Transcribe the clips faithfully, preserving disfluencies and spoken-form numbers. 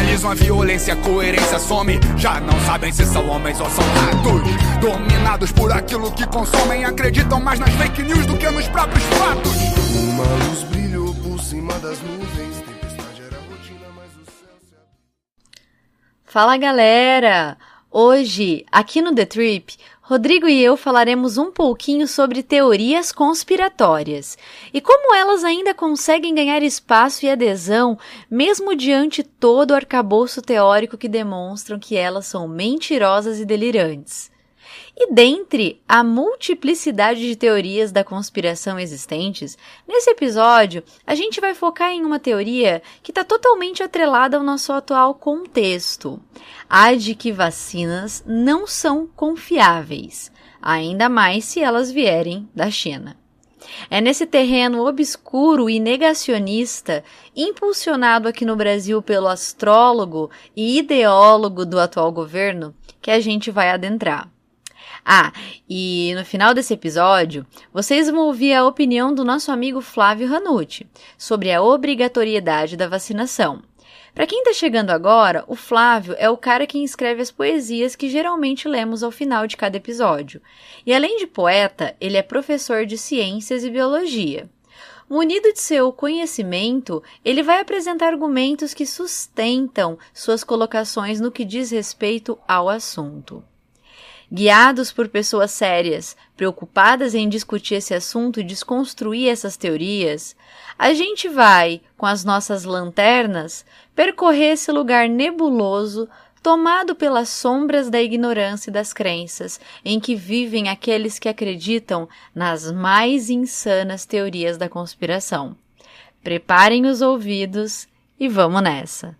Normalizam a violência, a coerência some. Já não sabem se são homens ou são ratos. Dominados por aquilo que consomem, acreditam mais nas fake news do que nos próprios fatos. Uma luz brilhou por cima das nuvens. Tempestade era rotina, mas o céu se abriu. Fala, galera! Hoje, aqui no The Trip, Rodrigo e eu falaremos um pouquinho sobre teorias conspiratórias e como elas ainda conseguem ganhar espaço e adesão mesmo diante todo o arcabouço teórico que demonstram que elas são mentirosas e delirantes. E dentre a multiplicidade de teorias da conspiração existentes, nesse episódio a gente vai focar em uma teoria que está totalmente atrelada ao nosso atual contexto, a de que vacinas não são confiáveis, ainda mais se elas vierem da China. É nesse terreno obscuro e negacionista, impulsionado aqui no Brasil pelo astrólogo e ideólogo do atual governo, que a gente vai adentrar. Ah, e no final desse episódio, vocês vão ouvir a opinião do nosso amigo Flávio Ranucci sobre a obrigatoriedade da vacinação. Para quem está chegando agora, o Flávio é o cara que escreve as poesias que geralmente lemos ao final de cada episódio. E além de poeta, ele é professor de ciências e biologia. Munido de seu conhecimento, ele vai apresentar argumentos que sustentam suas colocações no que diz respeito ao assunto. Guiados por pessoas sérias, preocupadas em discutir esse assunto e desconstruir essas teorias, a gente vai, com as nossas lanternas, percorrer esse lugar nebuloso, tomado pelas sombras da ignorância e das crenças, em que vivem aqueles que acreditam nas mais insanas teorias da conspiração. Preparem os ouvidos e vamos nessa!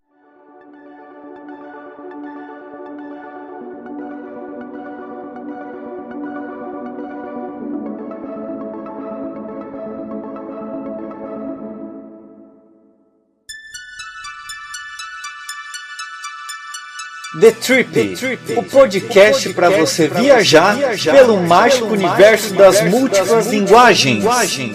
The Trip, The Trip, o podcast para você viajar, viajar pelo, pelo mágico universo das múltiplas linguagens. linguagens.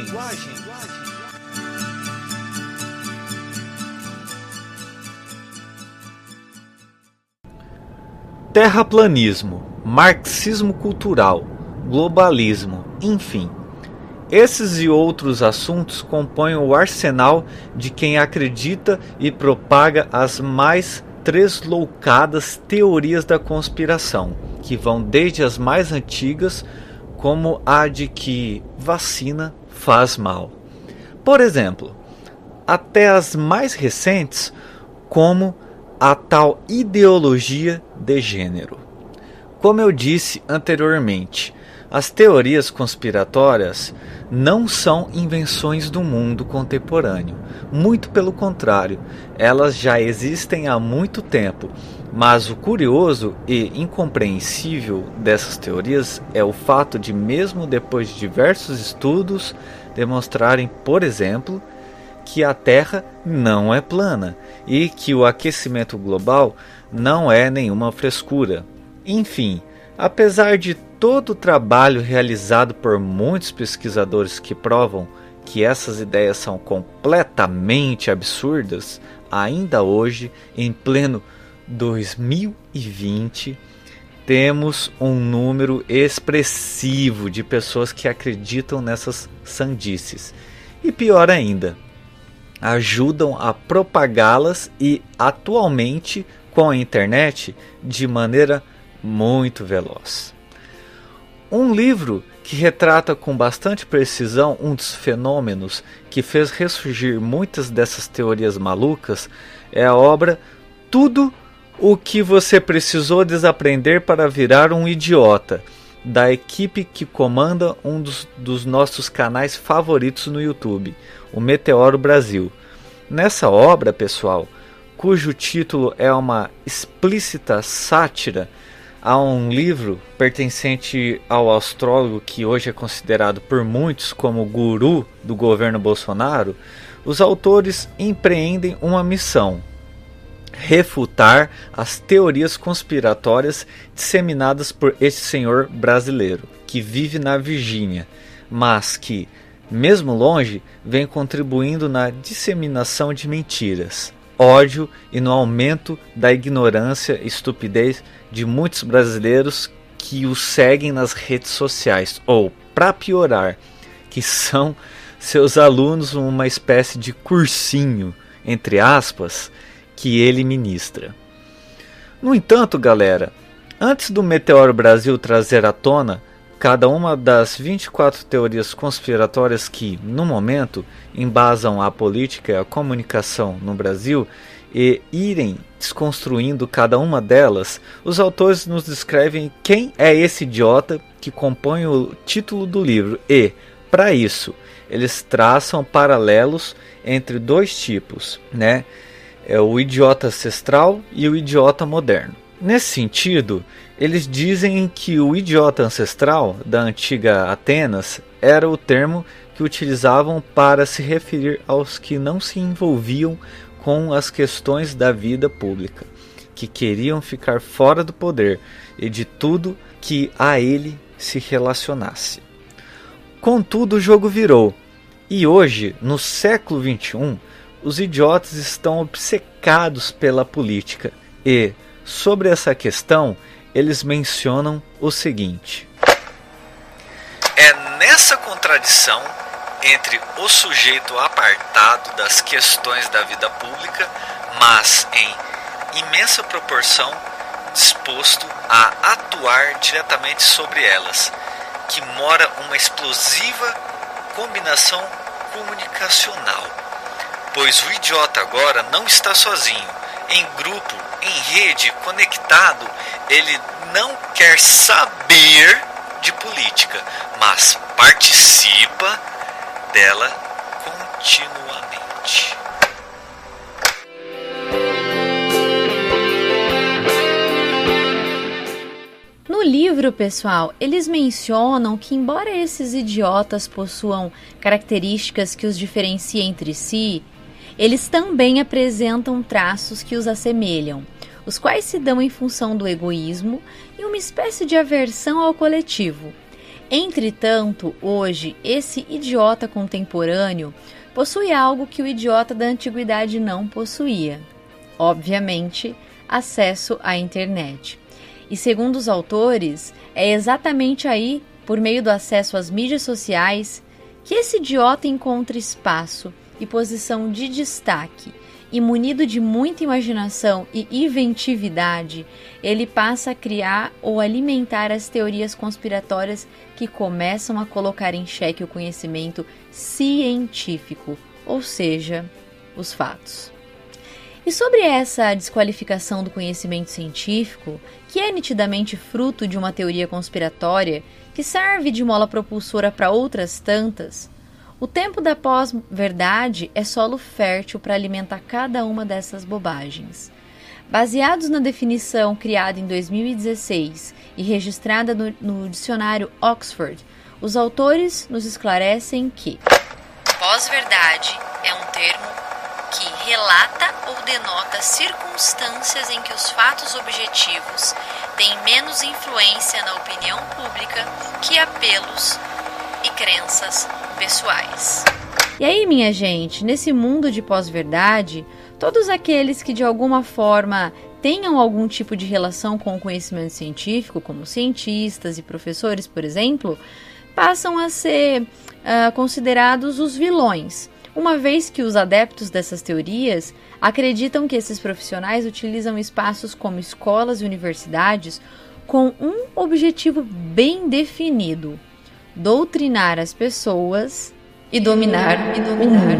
Terraplanismo, marxismo cultural, globalismo, enfim. Esses e outros assuntos compõem o arsenal de quem acredita e propaga as mais tresloucadas teorias da conspiração, que vão desde as mais antigas, como a de que vacina faz mal, por exemplo, até as mais recentes, como a tal ideologia de gênero. Como eu disse anteriormente, as teorias conspiratórias não são invenções do mundo contemporâneo. Muito pelo contrário, elas já existem há muito tempo. Mas o curioso e incompreensível dessas teorias é o fato de, mesmo depois de diversos estudos, demonstrarem, por exemplo, que a Terra não é plana e que o aquecimento global não é nenhuma frescura. Enfim, apesar de todo o trabalho realizado por muitos pesquisadores que provam que essas ideias são completamente absurdas, ainda hoje, em pleno dois mil e vinte, temos um número expressivo de pessoas que acreditam nessas sandices. E pior ainda, ajudam a propagá-las e, atualmente, com a internet, de maneira muito veloz. Um livro que retrata com bastante precisão um dos fenômenos que fez ressurgir muitas dessas teorias malucas é a obra Tudo o que você precisou desaprender para virar um idiota, da equipe que comanda um dos, dos nossos canais favoritos no YouTube, o Meteoro Brasil. Nessa obra, pessoal, cujo título é uma explícita sátira a um livro pertencente ao astrólogo que hoje é considerado por muitos como o guru do governo Bolsonaro, os autores empreendem uma missão: refutar as teorias conspiratórias disseminadas por esse senhor brasileiro, que vive na Virgínia, mas que, mesmo longe, vem contribuindo na disseminação de mentiras. ódio e no aumento da ignorância e estupidez de muitos brasileiros que o seguem nas redes sociais, ou, para piorar, que são seus alunos uma espécie de cursinho, entre aspas, que ele ministra. No entanto, galera, antes do Meteoro Brasil trazer à tona cada uma das vinte e quatro teorias conspiratórias que, no momento, embasam a política e a comunicação no Brasil e irem desconstruindo cada uma delas, os autores nos descrevem quem é esse idiota que compõe o título do livro e, para isso, eles traçam paralelos entre dois tipos, né? É o idiota ancestral e o idiota moderno. Nesse sentido, eles dizem que o idiota ancestral da antiga Atenas era o termo que utilizavam para se referir aos que não se envolviam com as questões da vida pública, que queriam ficar fora do poder e de tudo que a ele se relacionasse. Contudo, o jogo virou, e hoje, no século vinte e um, os idiotas estão obcecados pela política e, sobre essa questão, eles mencionam o seguinte: é nessa contradição entre o sujeito apartado das questões da vida pública, mas em imensa proporção disposto a atuar diretamente sobre elas, que mora uma explosiva combinação comunicacional. Pois o idiota agora não está sozinho, em grupo, em rede, conectado. Ele não quer saber de política, mas participa dela continuamente. No livro, pessoal, eles mencionam que, embora esses idiotas possuam características que os diferenciem entre si, eles também apresentam traços que os assemelham, os quais se dão em função do egoísmo e uma espécie de aversão ao coletivo. Entretanto, hoje, esse idiota contemporâneo possui algo que o idiota da antiguidade não possuía. Obviamente, acesso à internet. E segundo os autores, é exatamente aí, por meio do acesso às mídias sociais, que esse idiota encontra espaço e posição de destaque, e munido de muita imaginação e inventividade, ele passa a criar ou alimentar as teorias conspiratórias que começam a colocar em xeque o conhecimento científico, ou seja, os fatos. E sobre essa desqualificação do conhecimento científico, que é nitidamente fruto de uma teoria conspiratória que serve de mola propulsora para outras tantas, o tempo da pós-verdade é solo fértil para alimentar cada uma dessas bobagens. Baseados na definição criada em dois mil e dezesseis e registrada no, no dicionário Oxford, os autores nos esclarecem que pós-verdade é um termo que relata ou denota circunstâncias em que os fatos objetivos têm menos influência na opinião pública que apelos e crenças pessoais. E aí, minha gente, nesse mundo de pós-verdade, todos aqueles que de alguma forma tenham algum tipo de relação com o conhecimento científico, como cientistas e professores, por exemplo, passam a ser uh, considerados os vilões, uma vez que os adeptos dessas teorias acreditam que esses profissionais utilizam espaços como escolas e universidades com um objetivo bem definido: doutrinar as pessoas e dominar, e dominar.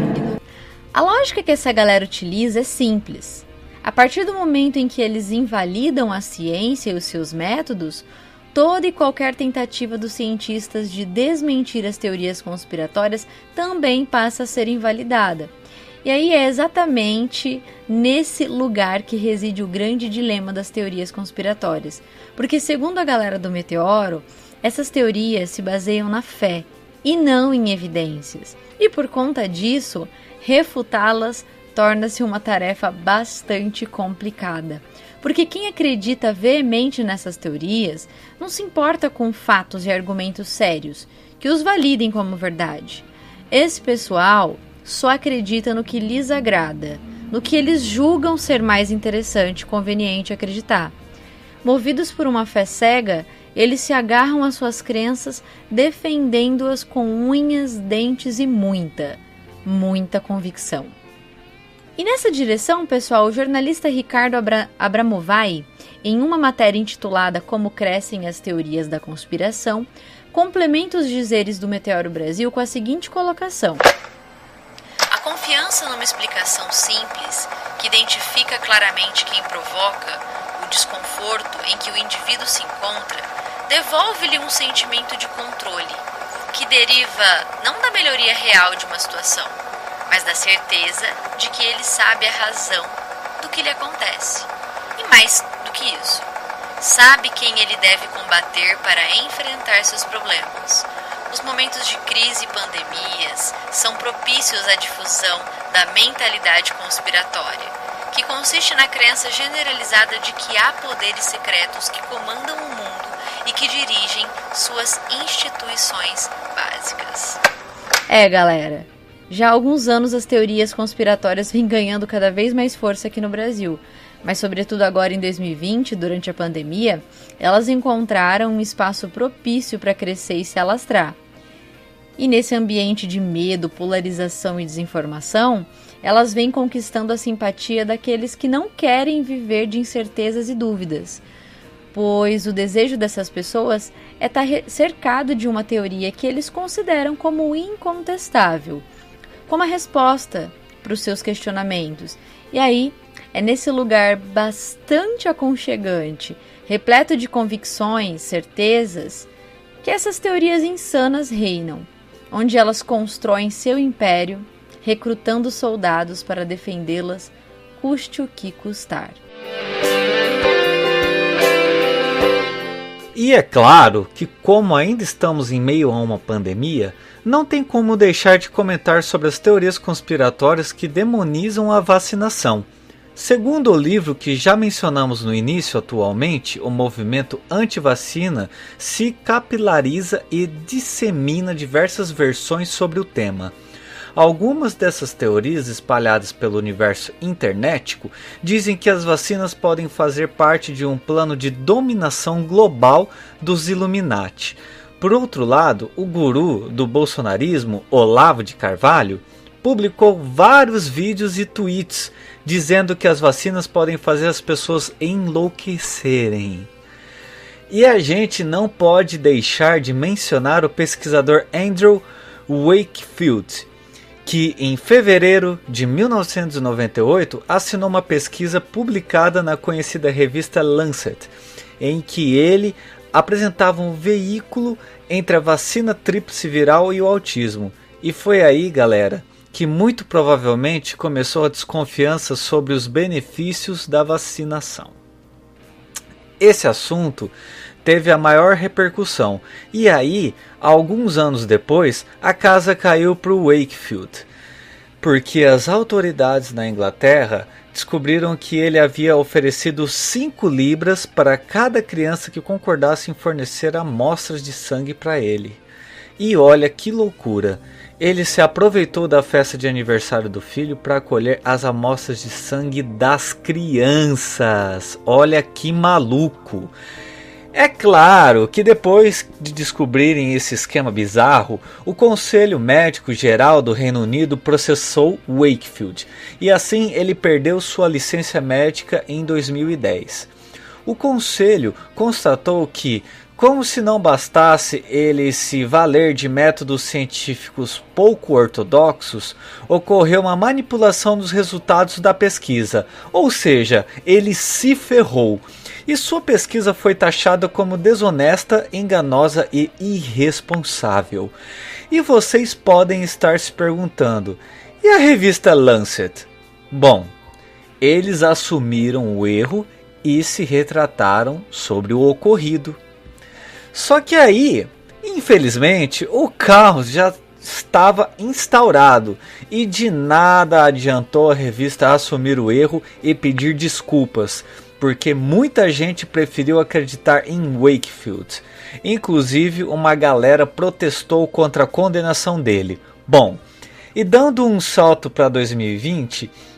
A lógica que essa galera utiliza é simples. A partir do momento em que eles invalidam a ciência e os seus métodos, toda e qualquer tentativa dos cientistas de desmentir as teorias conspiratórias também passa a ser invalidada. E aí é exatamente nesse lugar que reside o grande dilema das teorias conspiratórias. Porque, segundo a galera do Meteoro, essas teorias se baseiam na fé e não em evidências. E por conta disso, refutá-las torna-se uma tarefa bastante complicada. Porque quem acredita veemente nessas teorias não se importa com fatos e argumentos sérios que os validem como verdade. Esse pessoal só acredita no que lhes agrada, no que eles julgam ser mais interessante e conveniente acreditar. Movidos por uma fé cega, eles se agarram às suas crenças, defendendo-as com unhas, dentes e muita, muita convicção. E nessa direção, pessoal, o jornalista Ricardo Abra- Abramovay, em uma matéria intitulada Como Crescem as Teorias da Conspiração, complementa os dizeres do Meteoro Brasil com a seguinte colocação: a confiança numa explicação simples, que identifica claramente quem provoca o desconforto em que o indivíduo se encontra, devolve-lhe um sentimento de controle, que deriva não da melhoria real de uma situação, mas da certeza de que ele sabe a razão do que lhe acontece. E mais do que isso, sabe quem ele deve combater para enfrentar seus problemas. Os momentos de crise e pandemias são propícios à difusão da mentalidade conspiratória, que consiste na crença generalizada de que há poderes secretos que comandam o mundo e que dirigem suas instituições básicas. É, galera, já há alguns anos as teorias conspiratórias vêm ganhando cada vez mais força aqui no Brasil, mas sobretudo agora em dois mil e vinte, durante a pandemia, elas encontraram um espaço propício para crescer e se alastrar. E nesse ambiente de medo, polarização e desinformação, elas vêm conquistando a simpatia daqueles que não querem viver de incertezas e dúvidas, pois o desejo dessas pessoas é estar cercado de uma teoria que eles consideram como incontestável, como a resposta para os seus questionamentos. E aí, é nesse lugar bastante aconchegante, repleto de convicções, certezas, que essas teorias insanas reinam, onde elas constroem seu império, recrutando soldados para defendê-las, custe o que custar. E é claro que, como ainda estamos em meio a uma pandemia, não tem como deixar de comentar sobre as teorias conspiratórias que demonizam a vacinação. Segundo o livro que já mencionamos no início, atualmente, o movimento anti-vacina se capilariza e dissemina diversas versões sobre o tema. Algumas dessas teorias espalhadas pelo universo internetico dizem que as vacinas podem fazer parte de um plano de dominação global dos Illuminati. Por outro lado, o guru do bolsonarismo, Olavo de Carvalho, publicou vários vídeos e tweets dizendo que as vacinas podem fazer as pessoas enlouquecerem. E a gente não pode deixar de mencionar o pesquisador Andrew Wakefield, que em fevereiro de mil novecentos e noventa e oito assinou uma pesquisa publicada na conhecida revista Lancet, em que ele apresentava um veículo entre a vacina tríplice viral e o autismo. E foi aí, galera, que muito provavelmente começou a desconfiança sobre os benefícios da vacinação. Esse assunto teve a maior repercussão, e aí, alguns anos depois, a casa caiu para o Wakefield, porque as autoridades na Inglaterra descobriram que ele havia oferecido cinco libras para cada criança que concordasse em fornecer amostras de sangue para ele. E olha que loucura! Ele se aproveitou da festa de aniversário do filho para colher as amostras de sangue das crianças. Olha que maluco! É claro que depois de descobrirem esse esquema bizarro, o Conselho Médico Geral do Reino Unido processou Wakefield, e assim ele perdeu sua licença médica em dois mil e dez. O Conselho constatou que, como se não bastasse ele se valer de métodos científicos pouco ortodoxos, ocorreu uma manipulação dos resultados da pesquisa, ou seja, ele se ferrou. E sua pesquisa foi taxada como desonesta, enganosa e irresponsável. E vocês podem estar se perguntando, e a revista Lancet? Bom, eles assumiram o erro e se retrataram sobre o ocorrido. Só que aí, infelizmente, o caos já estava instaurado e de nada adiantou a revista assumir o erro e pedir desculpas, porque muita gente preferiu acreditar em Wakefield. Inclusive, uma galera protestou contra a condenação dele. Bom, e dando um salto para dois mil e vinte,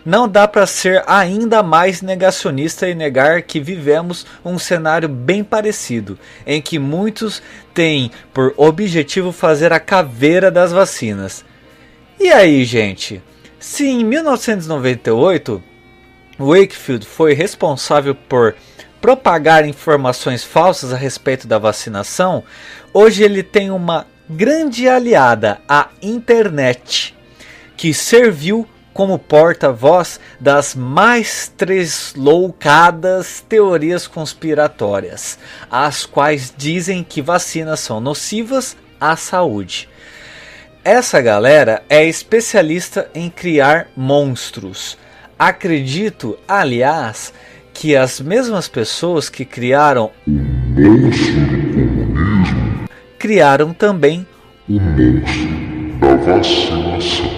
não dá para ser ainda mais negacionista e negar que vivemos um cenário bem parecido, em que muitos têm por objetivo fazer a caveira das vacinas. E aí, gente? Se em mil novecentos e noventa e oito Wakefield foi responsável por propagar informações falsas a respeito da vacinação, hoje ele tem uma grande aliada, a internet, que serviu como porta-voz das mais tresloucadas teorias conspiratórias, as quais dizem que vacinas são nocivas à saúde. Essa galera é especialista em criar monstros. Acredito, aliás, que as mesmas pessoas que criaram o monstro do comunismo criaram também o monstro da vacinação.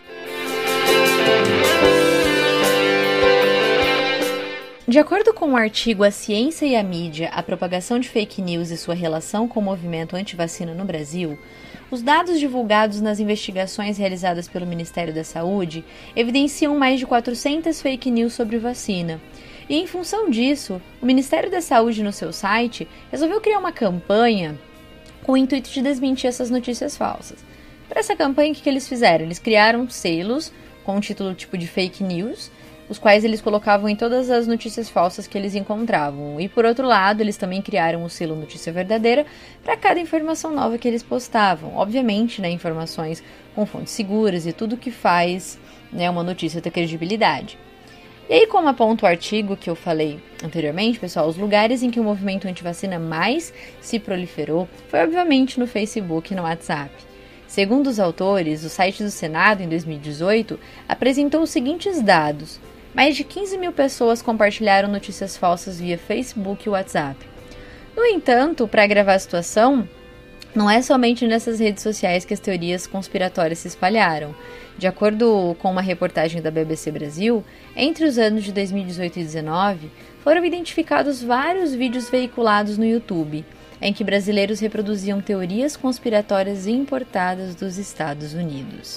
De acordo com o artigo A Ciência e a Mídia, a propagação de fake news e sua relação com o movimento anti-vacina no Brasil, os dados divulgados nas investigações realizadas pelo Ministério da Saúde evidenciam mais de quatrocentas fake news sobre vacina. E em função disso, o Ministério da Saúde no seu site resolveu criar uma campanha com o intuito de desmentir essas notícias falsas. Para essa campanha, o que eles fizeram? Eles criaram selos com o título tipo de fake news, os quais eles colocavam em todas as notícias falsas que eles encontravam. E por outro lado, eles também criaram o selo Notícia Verdadeira para cada informação nova que eles postavam. Obviamente, né, informações com fontes seguras e tudo que faz, né, uma notícia ter credibilidade. E aí, como aponta o artigo que eu falei anteriormente, pessoal, os lugares em que o movimento antivacina mais se proliferou foi obviamente no Facebook e no WhatsApp. Segundo os autores, o site do Senado, em dois mil e dezoito, apresentou os seguintes dados. Mais de quinze mil pessoas compartilharam notícias falsas via Facebook e WhatsApp. No entanto, para agravar a situação, não é somente nessas redes sociais que as teorias conspiratórias se espalharam. De acordo com uma reportagem da B B C Brasil, entre os anos de dois mil e dezoito e dois mil e dezenove, foram identificados vários vídeos veiculados no YouTube, em que brasileiros reproduziam teorias conspiratórias importadas dos Estados Unidos.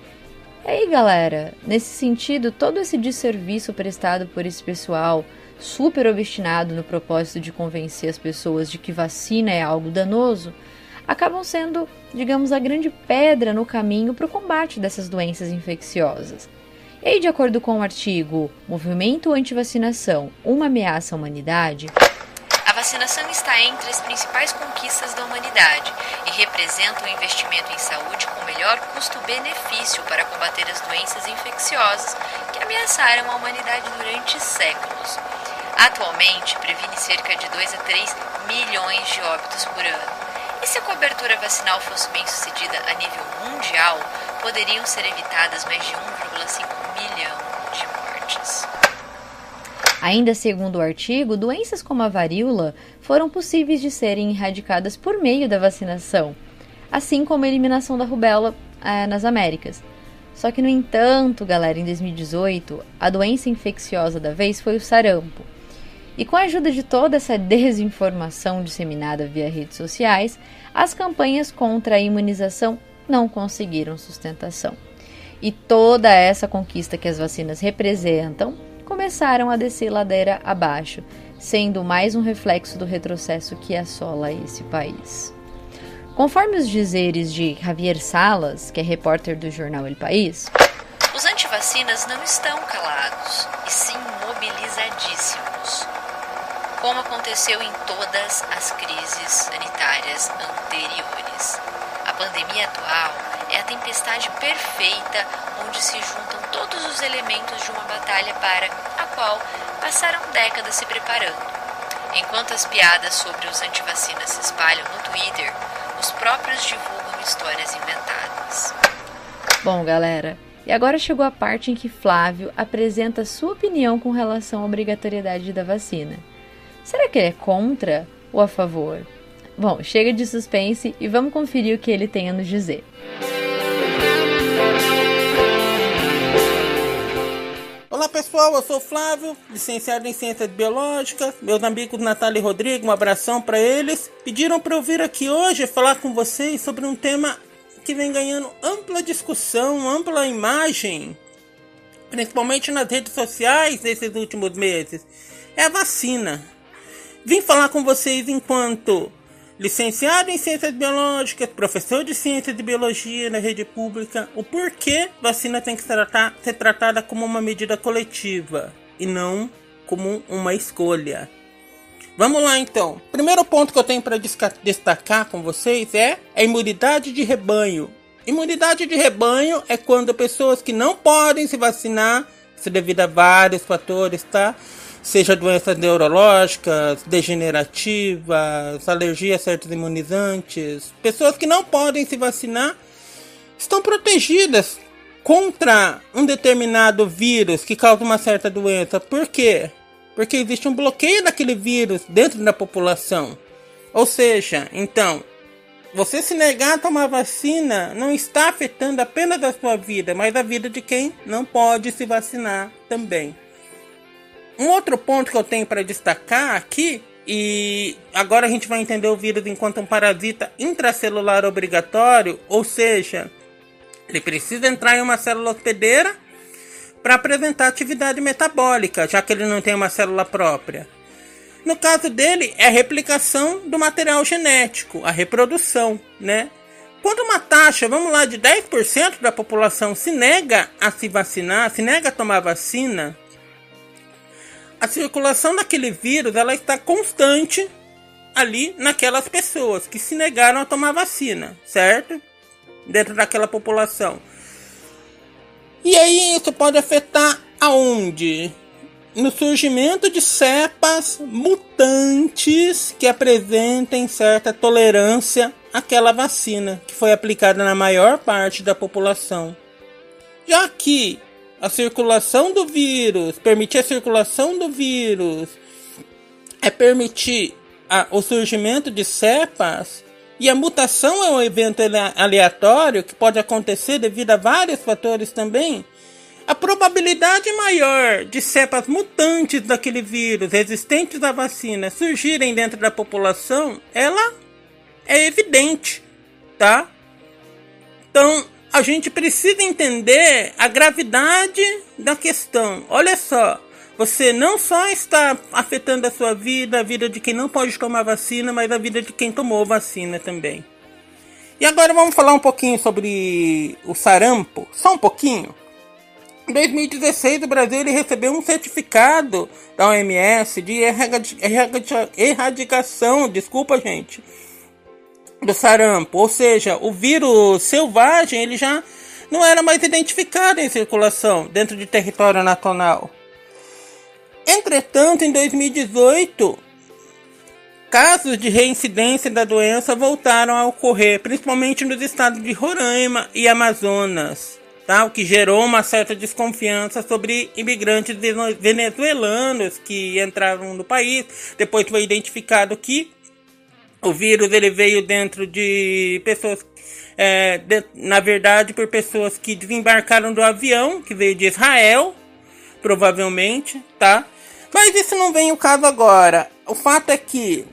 E aí, galera, nesse sentido, todo esse desserviço prestado por esse pessoal super obstinado no propósito de convencer as pessoas de que vacina é algo danoso, acabam sendo, digamos, a grande pedra no caminho para o combate dessas doenças infecciosas. E aí, de acordo com o artigo Movimento Antivacinação, uma ameaça à humanidade, a vacinação está entre as principais conquistas da humanidade e representa um investimento em saúde com melhor custo-benefício para combater as doenças infecciosas que ameaçaram a humanidade durante séculos. Atualmente, previne cerca de dois a três milhões de óbitos por ano. E se a cobertura vacinal fosse bem sucedida a nível mundial, poderiam ser evitadas mais de um vírgula cinco milhão de mortes. Ainda segundo o artigo, doenças como a varíola foram possíveis de serem erradicadas por meio da vacinação, assim como a eliminação da rubéola eh, nas Américas. Só que, no entanto, galera, em dois mil e dezoito, a doença infecciosa da vez foi o sarampo. E com a ajuda de toda essa desinformação disseminada via redes sociais, as campanhas contra a imunização não conseguiram sustentação. E toda essa conquista que as vacinas representam começaram a descer ladeira abaixo, sendo mais um reflexo do retrocesso que assola esse país. Conforme os dizeres de Javier Salas, que é repórter do jornal El País, os antivacinas não estão calados, e sim mobilizadíssimos, como aconteceu em todas as crises sanitárias anteriores. A pandemia atual é a tempestade perfeita onde se juntam todos os elementos de uma batalha para a qual passaram décadas se preparando. Enquanto as piadas sobre os antivacinas se espalham no Twitter, os próprios divulgam histórias inventadas. Bom, galera, e agora chegou a parte em que Flávio apresenta sua opinião com relação à obrigatoriedade da vacina. Será que ele é contra ou a favor? Bom, chega de suspense e vamos conferir o que ele tem a nos dizer. Olá pessoal, eu sou o Flávio, licenciado em Ciência Biológica. Meus amigos Natália e Rodrigo, um abração para eles. Pediram para eu vir aqui hoje falar com vocês sobre um tema que vem ganhando ampla discussão, ampla imagem principalmente nas redes sociais nesses últimos meses, é a vacina. Vim falar com vocês enquanto licenciado em Ciências Biológicas, professor de Ciências de Biologia na rede pública, o porquê vacina tem que ser tratada, ser tratada como uma medida coletiva e não como uma escolha. Vamos lá então. Primeiro ponto que eu tenho para destacar com vocês é a imunidade de rebanho. Imunidade de rebanho é quando pessoas que não podem se vacinar, isso devido a vários fatores, tá? Seja doenças neurológicas, degenerativas, alergia a certos imunizantes. Pessoas que não podem se vacinar estão protegidas contra um determinado vírus que causa uma certa doença. Por quê? Porque existe um bloqueio daquele vírus dentro da população. Ou seja, então, você se negar a tomar vacina não está afetando apenas a sua vida, mas a vida de quem não pode se vacinar também. Um outro ponto que eu tenho para destacar aqui, e agora a gente vai entender o vírus enquanto um parasita intracelular obrigatório, ou seja, ele precisa entrar em uma célula hospedeira para apresentar atividade metabólica, já que ele não tem uma célula própria. No caso dele, é a replicação do material genético, a reprodução, né? Quando uma taxa, vamos lá, de dez por cento da população se nega a se vacinar, se nega a tomar vacina, a circulação daquele vírus ela está constante ali naquelas pessoas que se negaram a tomar vacina, certo? Dentro daquela população. E aí isso pode afetar aonde? No surgimento de cepas mutantes que apresentem certa tolerância àquela vacina que foi aplicada na maior parte da população. Já que a circulação do vírus, permitir a circulação do vírus é permitir a, o surgimento de cepas, e a mutação é um evento aleatório que pode acontecer devido a vários fatores também, a probabilidade maior de cepas mutantes daquele vírus resistentes à vacina surgirem dentro da população, ela é evidente, tá? Então, a gente precisa entender a gravidade da questão. Olha só, você não só está afetando a sua vida, a vida de quem não pode tomar vacina, mas a vida de quem tomou vacina também. E agora vamos falar um pouquinho sobre o sarampo, só um pouquinho. Em dois mil e dezesseis, o Brasil ele recebeu um certificado da O M S de erradicação, desculpa gente, do sarampo, ou seja, o vírus selvagem ele já não era mais identificado em circulação dentro de território nacional. Entretanto, em dois mil e dezoito, casos de reincidência da doença voltaram a ocorrer, principalmente nos estados de Roraima e Amazonas, tá? O que gerou uma certa desconfiança sobre imigrantes venezuelanos que entraram no país. Depois foi identificado que o vírus ele veio dentro de pessoas, é, de, na verdade, por pessoas que desembarcaram do avião, que veio de Israel, provavelmente, tá? Mas isso não vem o caso agora. O fato é que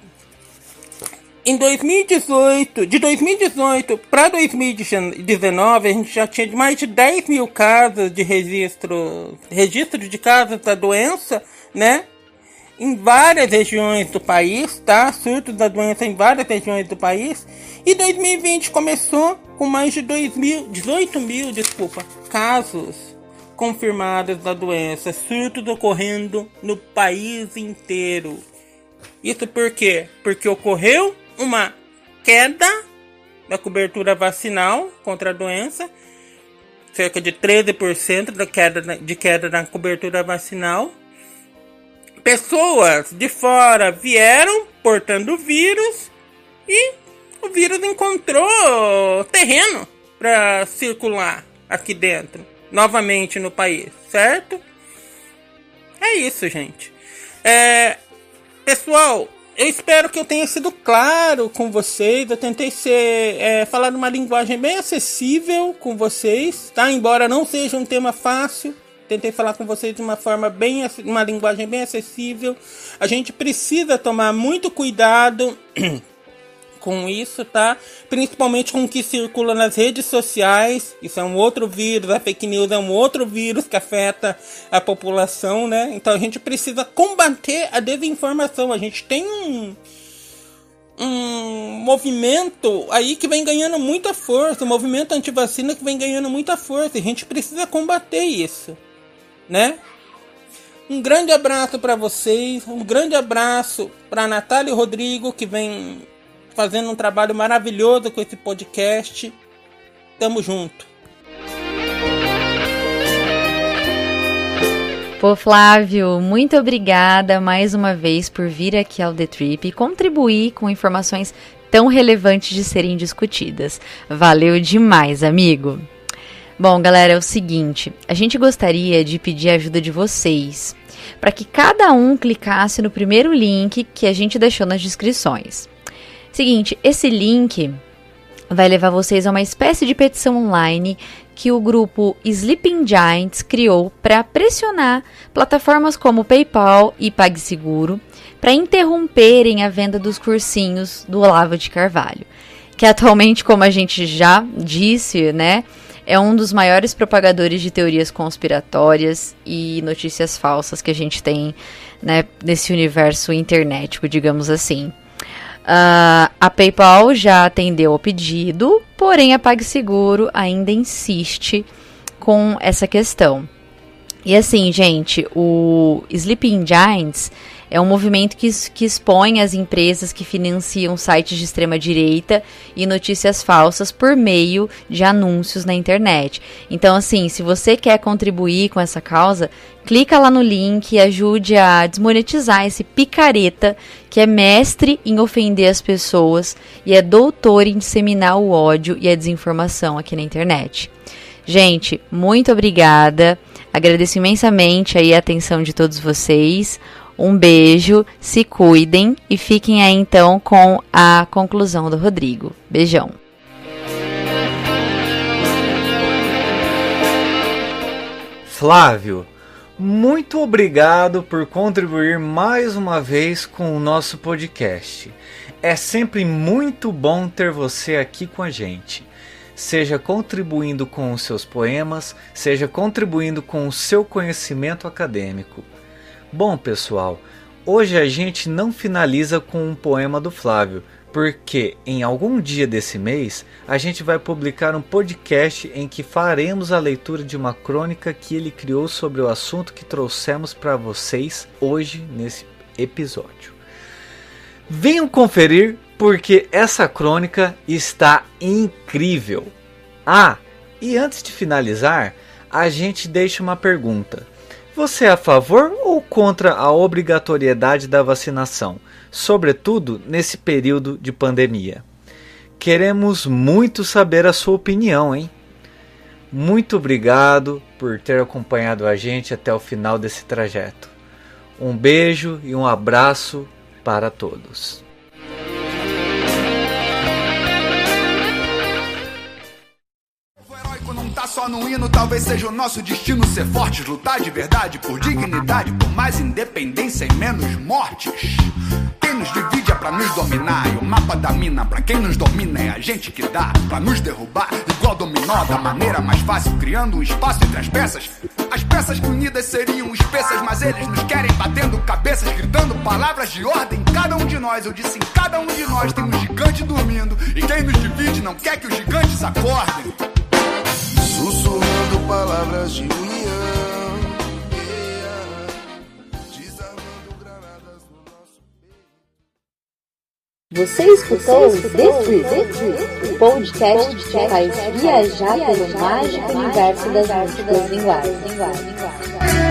em dois mil e dezoito, de dois mil e dezoito para dois mil e dezenove, a gente já tinha mais de dez mil casos de registro, registro de casos da doença, né? Em várias regiões do país, tá? Surtos da doença em várias regiões do país. E dois mil e vinte começou com mais de dois mil, dezoito mil, desculpa, casos confirmados da doença, surtos ocorrendo no país inteiro. Isso por quê? Porque ocorreu uma queda da cobertura vacinal contra a doença, cerca de treze por cento da queda, de queda na cobertura vacinal. Pessoas de fora vieram portando o vírus e o vírus encontrou terreno para circular aqui dentro, novamente no país, certo? É isso, gente. É, pessoal, eu espero que eu tenha sido claro com vocês. Eu tentei ser, é, falar numa linguagem bem acessível com vocês, tá? Embora não seja um tema fácil, tentei falar com vocês de uma forma bem, uma linguagem bem acessível. A gente precisa tomar muito cuidado com isso, tá? Principalmente com o que circula nas redes sociais. Isso é um outro vírus, a fake news é um outro vírus que afeta a população, né? Então a gente precisa combater a desinformação. A gente tem um, um movimento aí que vem ganhando muita força, um movimento antivacina que vem ganhando muita força. A gente precisa combater isso, né? Um grande abraço para vocês, um grande abraço para Natália e Rodrigo, que vem fazendo um trabalho maravilhoso com esse podcast. Tamo junto. Pô, Flávio, muito obrigada mais uma vez por vir aqui ao The Trip e contribuir com informações tão relevantes de serem discutidas. Valeu demais, amigo. Bom, galera, é o seguinte, a gente gostaria de pedir a ajuda de vocês, para que cada um clicasse no primeiro link que a gente deixou nas descrições. Seguinte, esse link vai levar vocês a uma espécie de petição online que o grupo Sleeping Giants criou para pressionar plataformas como PayPal e PagSeguro para interromperem a venda dos cursinhos do Olavo de Carvalho, que atualmente, como a gente já disse, né, é um dos maiores propagadores de teorias conspiratórias e notícias falsas que a gente tem, né, nesse universo internetico, digamos assim. Uh, a PayPal já atendeu ao pedido, porém a PagSeguro ainda insiste com essa questão. E assim, gente, o Sleeping Giants é um movimento que, que expõe as empresas que financiam sites de extrema-direita e notícias falsas por meio de anúncios na internet. Então, assim, se você quer contribuir com essa causa, clica lá no link e ajude a desmonetizar esse picareta que é mestre em ofender as pessoas e é doutor em disseminar o ódio e a desinformação aqui na internet. Gente, muito obrigada. Agradeço imensamente aí a atenção de todos vocês. Um beijo, se cuidem e fiquem aí então com a conclusão do Rodrigo. Beijão. Flávio, muito obrigado por contribuir mais uma vez com o nosso podcast. É sempre muito bom ter você aqui com a gente. Seja contribuindo com os seus poemas, seja contribuindo com o seu conhecimento acadêmico. Bom, pessoal, hoje a gente não finaliza com um poema do Flávio, porque em algum dia desse mês a gente vai publicar um podcast em que faremos a leitura de uma crônica que ele criou sobre o assunto que trouxemos para vocês hoje nesse episódio. Venham conferir, porque essa crônica está incrível. Ah, e antes de finalizar, a gente deixa uma pergunta. Você é a favor ou contra a obrigatoriedade da vacinação, sobretudo nesse período de pandemia? Queremos muito saber a sua opinião, hein? Muito obrigado por ter acompanhado a gente até o final desse trajeto. Um beijo e um abraço para todos. Tá só no hino, talvez seja o nosso destino ser fortes, lutar de verdade por dignidade, por mais independência e menos mortes. Quem nos divide é pra nos dominar, e o mapa da mina pra quem nos domina é a gente que dá pra nos derrubar, igual dominó, da maneira mais fácil, criando um espaço entre as peças. As peças que unidas seriam espessas, mas eles nos querem batendo cabeças, gritando palavras de ordem. Cada um de nós, eu disse, em cada um de nós tem um gigante dormindo, e quem nos divide não quer que os gigantes acordem. Sussurrando palavras de união, yeah. Desarmando granadas no nosso peito. Você escutou o The Trip, o podcast que te faz viajar pelo mágico universo das múltiplas linguagens.